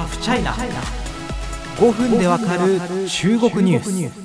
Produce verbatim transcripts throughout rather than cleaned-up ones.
ハフチャイナ。ごふんでわかる中国ニュース。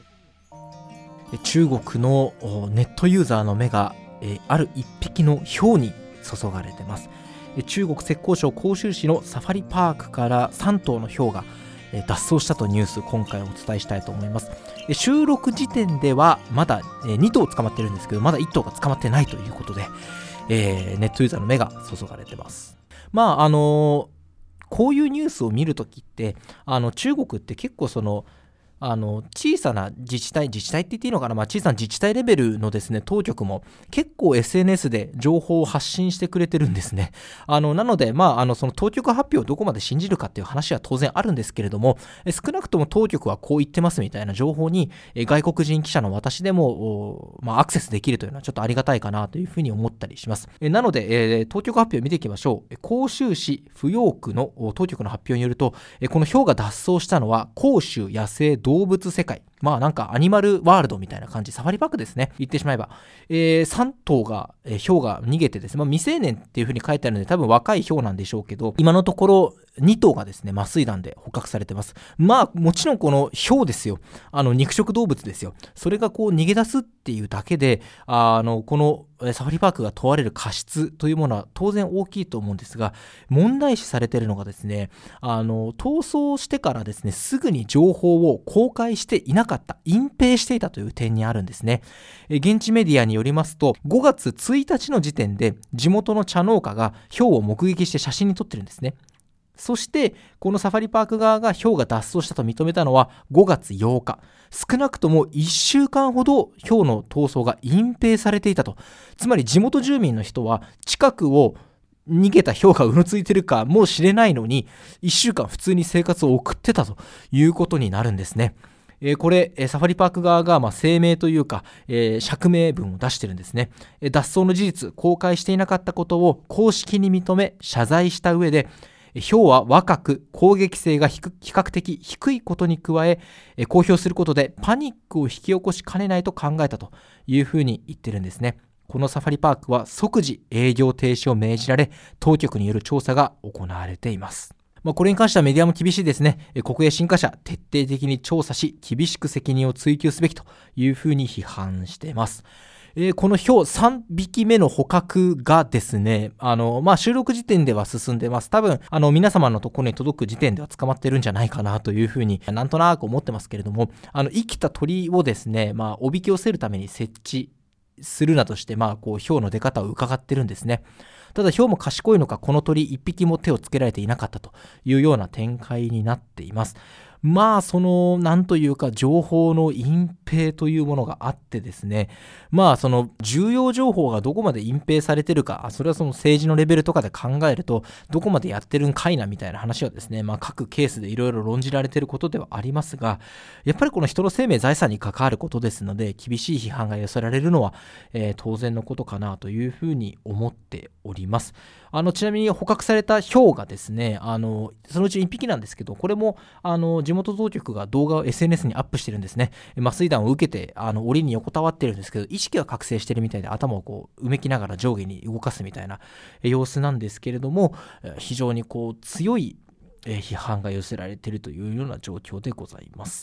中国のネットユーザーの目がある一匹の豹に注がれています。中国浙江省杭州市のサファリパークからさん頭の豹が脱走したとニュース、今回お伝えしたいと思います。収録時点ではまだに頭捕まってるんですけど、まだいっ頭が捕まってないということで、えー、ネットユーザーの目が注がれてます。まああのこういうニュースを見るときって、あの中国って結構そのあの小さな自治体自治体って言っていいのかな、まあ、小さな自治体レベルのですね当局も結構 エスエヌエス で情報を発信してくれてるんですね。あのなので、まあ、あのその当局発表をどこまで信じるかっていう話は当然あるんですけれども、少なくとも当局はこう言ってますみたいな情報に外国人記者の私でも、まあ、アクセスできるというのはちょっとありがたいかなというふうに思ったりします。なので、えー、当局発表を見ていきましょう。杭州市芙蓉区の当局の発表によると、この豹が脱走したのは杭州野生動物世界、まあなんかアニマルワールドみたいな感じ、サファリパークですね、言ってしまえば、えー、さん頭が、えー、豹が逃げてですね、まあ、未成年っていう風に書いてあるので多分若い豹なんでしょうけど、今のところに頭がですね麻酔弾で捕獲されてます。まあもちろんこの豹ですよ、あの肉食動物ですよ、それがこう逃げ出すっていうだけで、あのこのサファリパークが問われる過失というものは当然大きいと思うんですが、問題視されているのがですね、あの逃走してからですねすぐに情報を公開していなかった、隠蔽していたという点にあるんですね。現地メディアによりますと、ごがつついたちの時点で地元の茶農家が豹を目撃して写真に撮ってるんですね。そしてこのサファリパーク側が豹が脱走したと認めたのはごがつようか。少なくともいっしゅうかんほど豹の逃走が隠蔽されていたと。つまり地元住民の人は近くを逃げた豹がうろついてるかもしれないのに、いっしゅうかん普通に生活を送ってたということになるんですね。えー、これサファリパーク側がまあ声明というか、えー、釈明文を出してるんですね。脱走の事実、公開していなかったことを公式に認め謝罪した上で、豹は若く攻撃性が比較的低いことに加え、公表することでパニックを引き起こしかねないと考えたというふうに言ってるんですね。このサファリパークは即時営業停止を命じられ、当局による調査が行われています。まあ、これに関してはメディアも厳しいですね。国営新華社、徹底的に調査し厳しく責任を追及すべきというふうに批判しています。えー、この豹さんびきめの捕獲がですね、あの、まあ、収録時点では進んでます。多分、あの、皆様のところに届く時点では捕まってるんじゃないかなというふうになんとなく思ってますけれども、あの、生きた鳥をですね、まあ、おびき寄せるために設置するなどして、まあ、こう、豹の出方を伺ってるんですね。ただ、豹も賢いのか、この鳥一匹も手をつけられていなかったというような展開になっています。まあそのなんというか情報の隠蔽というものがあってですね、まあその重要情報がどこまで隠蔽されてるか、それはその政治のレベルとかで考えるとどこまでやってるんかいなみたいな話はですね、まあ各ケースでいろいろ論じられていることではありますが、やっぱりこの人の生命財産に関わることですので、厳しい批判が寄せられるのは、えー、当然のことかなというふうに思っております。あのちなみに捕獲された豹がですね、あのそのうちいっぴきなんですけど、これもあの地元当局が動画を エスエヌエス にアップしてるんですね。麻酔弾を受けてあの檻に横たわってるんですけど、意識は覚醒してるみたいで頭をこううめきながら上下に動かすみたいな様子なんですけれども、非常にこう強い批判が寄せられているというような状況でございます。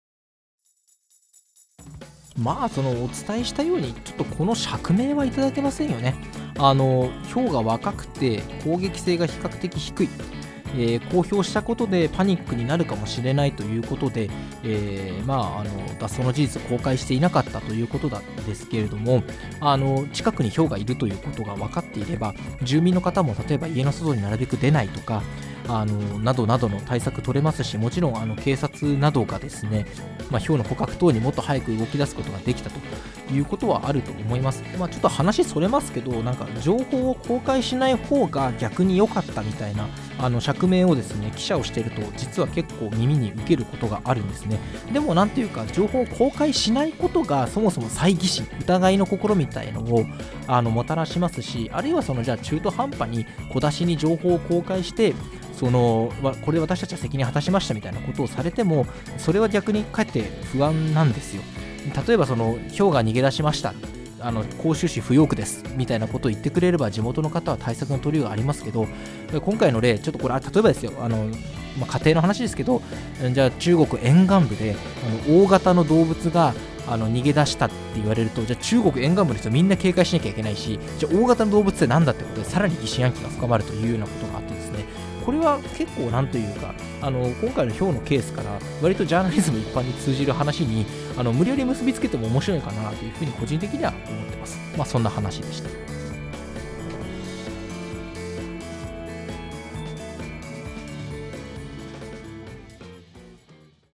まあそのお伝えしたようにちょっとこの釈明はいただけませんよね。あの豹が若くて攻撃性が比較的低い、えー、公表したことでパニックになるかもしれないということで、えー、まああの脱走の事実を公開していなかったということなんですけれども、あの近くに豹がいるということが分かっていれば、住民の方も例えば家の外になるべく出ないとか、あのなどなどの対策取れますし、もちろんあの警察などがですね、まあ、豹の捕獲等にもっと早く動き出すことができたということはあると思います。まあ、ちょっと話それますけど、なんか情報を公開しない方が逆に良かったみたいなあの釈明をですね記者をしていると実は結構耳に受けることがあるんですね。でもなんていうか情報を公開しないことがそもそも猜疑心、疑いの心みたいのをあのもたらしますし、あるいはそのじゃあ中途半端に小出しに情報を公開してそのこれで私たちは責任を果たしましたみたいなことをされても、それは逆にかえって不安なんですよ。例えばその豹が逃げ出しました、 あの甲州市不要区ですみたいなことを言ってくれれば地元の方は対策の取りようがありますけど、今回の例ちょっとこれ例えばですよ、あの、まあ、家庭の話ですけど、じゃあ中国沿岸部であの大型の動物があの逃げ出したって言われると、じゃあ中国沿岸部の人みんな警戒しなきゃいけないし、じゃあ大型の動物って何だってことでさらに疑心暗鬼が深まるというようなことがあってですね、これは結構なんというか、あの今回のヒョウのケースから割とジャーナリズム一般に通じる話にあの無理やり結びつけても面白いかなというふうに個人的には思ってます。まあそんな話でした。